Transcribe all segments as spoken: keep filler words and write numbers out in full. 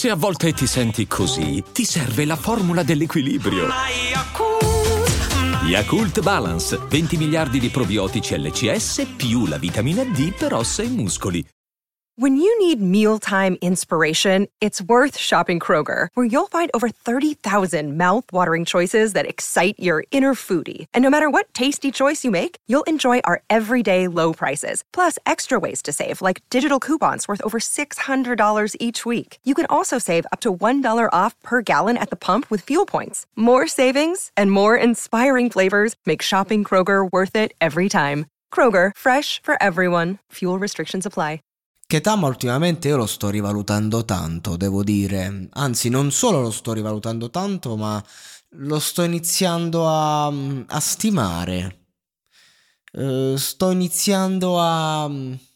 Se a volte ti senti così, ti serve la formula dell'equilibrio. Yakult Balance, venti miliardi di probiotici L C S più la vitamina D per ossa e muscoli. When you need mealtime inspiration, it's worth shopping Kroger, where you'll find over thirty thousand mouth-watering choices that excite your inner foodie. And no matter what tasty choice you make, you'll enjoy our everyday low prices, plus extra ways to save, like digital coupons worth over six hundred dollars each week. You can also save up to one dollar off per gallon at the pump with fuel points. More savings and more inspiring flavors make shopping Kroger worth it every time. Kroger, fresh for everyone. Fuel restrictions apply. Ketama ultimamente io lo sto rivalutando tanto, devo dire. Anzi, non solo lo sto rivalutando tanto, ma lo sto iniziando a, a stimare. Uh, sto iniziando a,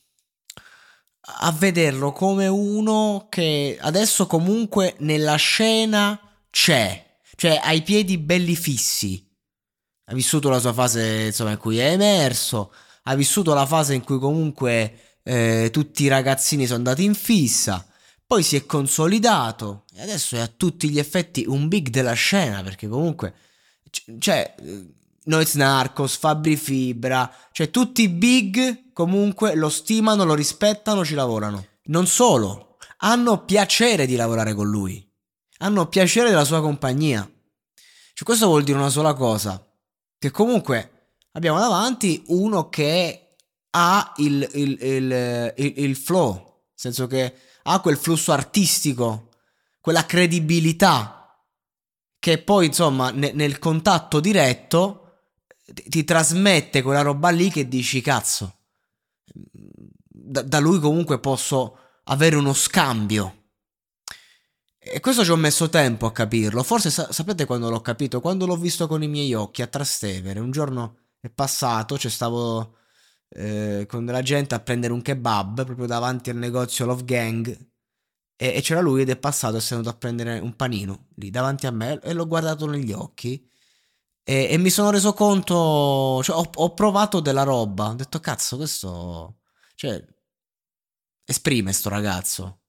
a vederlo come uno che adesso comunque nella scena c'è. Cioè ha i piedi belli fissi. Ha vissuto la sua fase, insomma, in cui è emerso. Ha vissuto la fase in cui comunque... Eh, tutti i ragazzini sono andati in fissa, poi si è consolidato e adesso è a tutti gli effetti un big della scena, perché comunque c- cioè Noyz Narcos, Fabri Fibra, cioè tutti i big comunque lo stimano, lo rispettano, ci lavorano. Non solo, hanno piacere di lavorare con lui, hanno piacere della sua compagnia. Cioè questo vuol dire una sola cosa, che comunque abbiamo davanti uno che ha il, il, il, il, il flow, nel senso che ha quel flusso artistico, quella credibilità che poi insomma ne, nel contatto diretto ti, ti trasmette quella roba lì che dici cazzo, da, da lui comunque posso avere uno scambio. E questo ci ho messo tempo a capirlo. Forse sa- sapete quando l'ho capito? Quando l'ho visto con i miei occhi a Trastevere. Un giorno è passato, cioè stavo Eh, con della gente a prendere un kebab proprio davanti al negozio Love Gang e, e c'era lui ed è passato, è venuto a prendere un panino lì davanti a me e l'ho guardato negli occhi e, e mi sono reso conto, cioè ho, ho provato della roba, ho detto cazzo questo, cioè esprime sto ragazzo.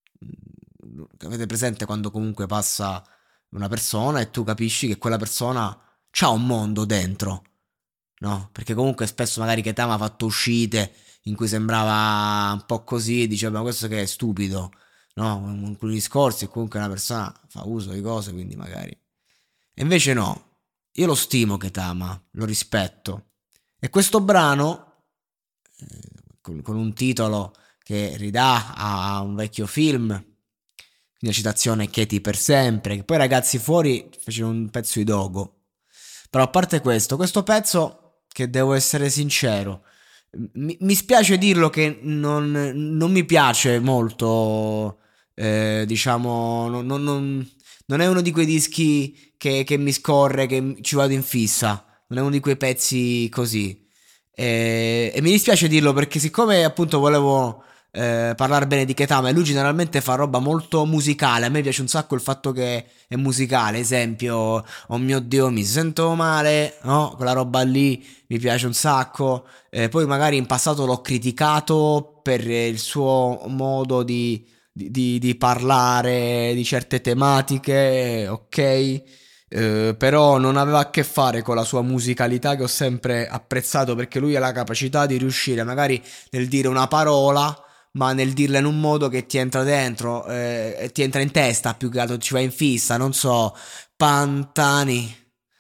Avete presente quando comunque passa una persona e tu capisci che quella persona c'ha un mondo dentro? No, perché comunque spesso magari Ketama ha fatto uscite in cui sembrava un po' così, diceva ma questo che è stupido, no, in alcuni discorsi e comunque una persona fa uso di cose, quindi magari. E invece no, io lo stimo Ketama, lo rispetto. E questo brano, eh, con, con un titolo che ridà a, a un vecchio film, quindi la citazione è Katy per sempre, che poi Ragazzi Fuori fecero un pezzo di Dogo. Però a parte questo, questo pezzo... che devo essere sincero, mi, mi spiace dirlo che non, non mi piace molto, eh, diciamo, non, non, non, non è uno di quei dischi che, che mi scorre, che ci vado in fissa, non è uno di quei pezzi così, e, e mi dispiace dirlo perché siccome appunto volevo eh, parlare bene di Ketama e lui generalmente fa roba molto musicale, a me piace un sacco il fatto che è musicale, esempio oh mio Dio mi sento male, no? Quella roba lì mi piace un sacco, eh, poi magari in passato l'ho criticato per il suo modo di, di, di, di parlare di certe tematiche, ok, eh, però non aveva a che fare con la sua musicalità che ho sempre apprezzato, perché lui ha la capacità di riuscire magari nel dire una parola ma nel dirla in un modo che ti entra dentro, eh, ti entra in testa, più che altro ci va in fissa, non so, Pantani,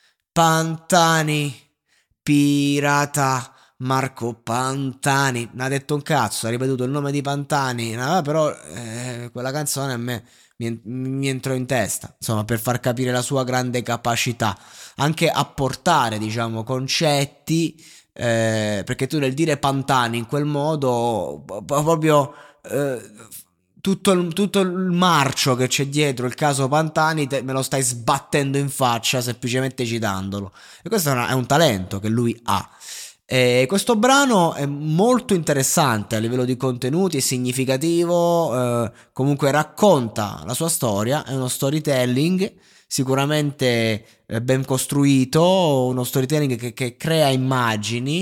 Pantani, pirata, Marco Pantani, non ha detto un cazzo, ha ripetuto il nome di Pantani, no, però eh, quella canzone a me mi, mi entrò in testa, insomma, per far capire la sua grande capacità, anche a portare, diciamo, concetti. Eh, perché tu nel dire Pantani in quel modo proprio eh, tutto, il, tutto il marcio che c'è dietro il caso Pantani te, me lo stai sbattendo in faccia semplicemente citandolo, e questo è, una, è un talento che lui ha. E questo brano è molto interessante a livello di contenuti, è significativo, eh, comunque racconta la sua storia, è uno storytelling sicuramente eh, ben costruito, uno storytelling che, che crea immagini,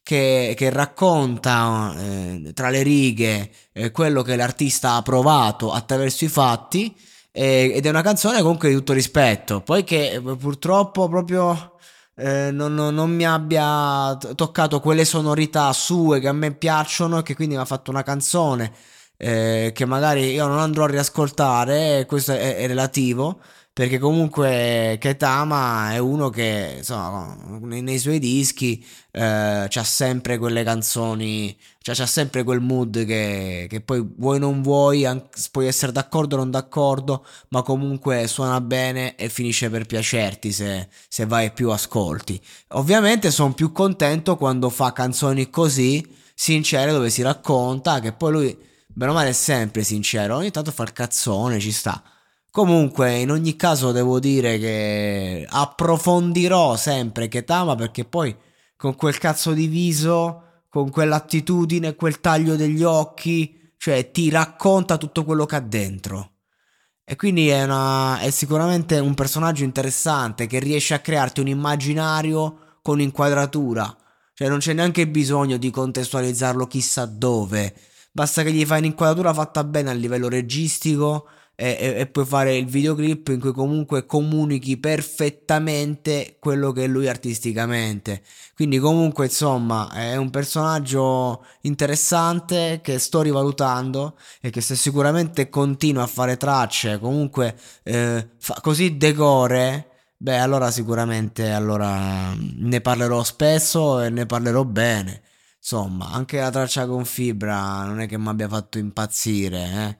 che, che racconta eh, tra le righe eh, quello che l'artista ha provato attraverso i fatti, eh, ed è una canzone comunque di tutto rispetto. Poi che eh, purtroppo proprio eh, non, non- non mi abbia t- toccato quelle sonorità sue che a me piacciono e che quindi mi ha fatto una canzone eh, che magari io non andrò a riascoltare, e questo è, è relativo, perché comunque Ketama è uno che insomma nei, nei suoi dischi eh, c'ha sempre quelle canzoni, cioè c'ha sempre quel mood che, che poi vuoi non vuoi, an- puoi essere d'accordo o non d'accordo, ma comunque suona bene e finisce per piacerti se, se vai e più ascolti. Ovviamente sono più contento quando fa canzoni così sincere, dove si racconta, che poi lui bene o male è sempre sincero, ogni tanto fa il cazzone, ci sta. Comunque, in ogni caso devo dire che approfondirò sempre Ketama, perché poi con quel cazzo di viso, con quell'attitudine, quel taglio degli occhi, cioè ti racconta tutto quello che ha dentro. E quindi è, una, è sicuramente un personaggio interessante che riesce a crearti un immaginario con inquadratura. Cioè non c'è neanche bisogno di contestualizzarlo chissà dove. Basta che gli fai un'inquadratura fatta bene a livello registico e, e- e puoi fare il videoclip in cui comunque comunichi perfettamente quello che è lui artisticamente. Quindi comunque insomma è un personaggio interessante che sto rivalutando e che se sicuramente continua a fare tracce comunque eh, fa così decore. Beh, allora sicuramente allora ne parlerò spesso e ne parlerò bene. Insomma, anche la traccia con Fibra non è che mi abbia fatto impazzire, eh.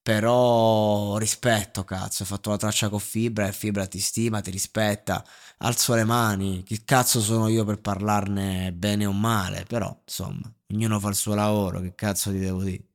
Però rispetto, cazzo, hai fatto la traccia con Fibra e Fibra ti stima, ti rispetta, alzo le mani. Che cazzo sono io per parlarne bene o male? Però, insomma, ognuno fa il suo lavoro, che cazzo ti devo dire?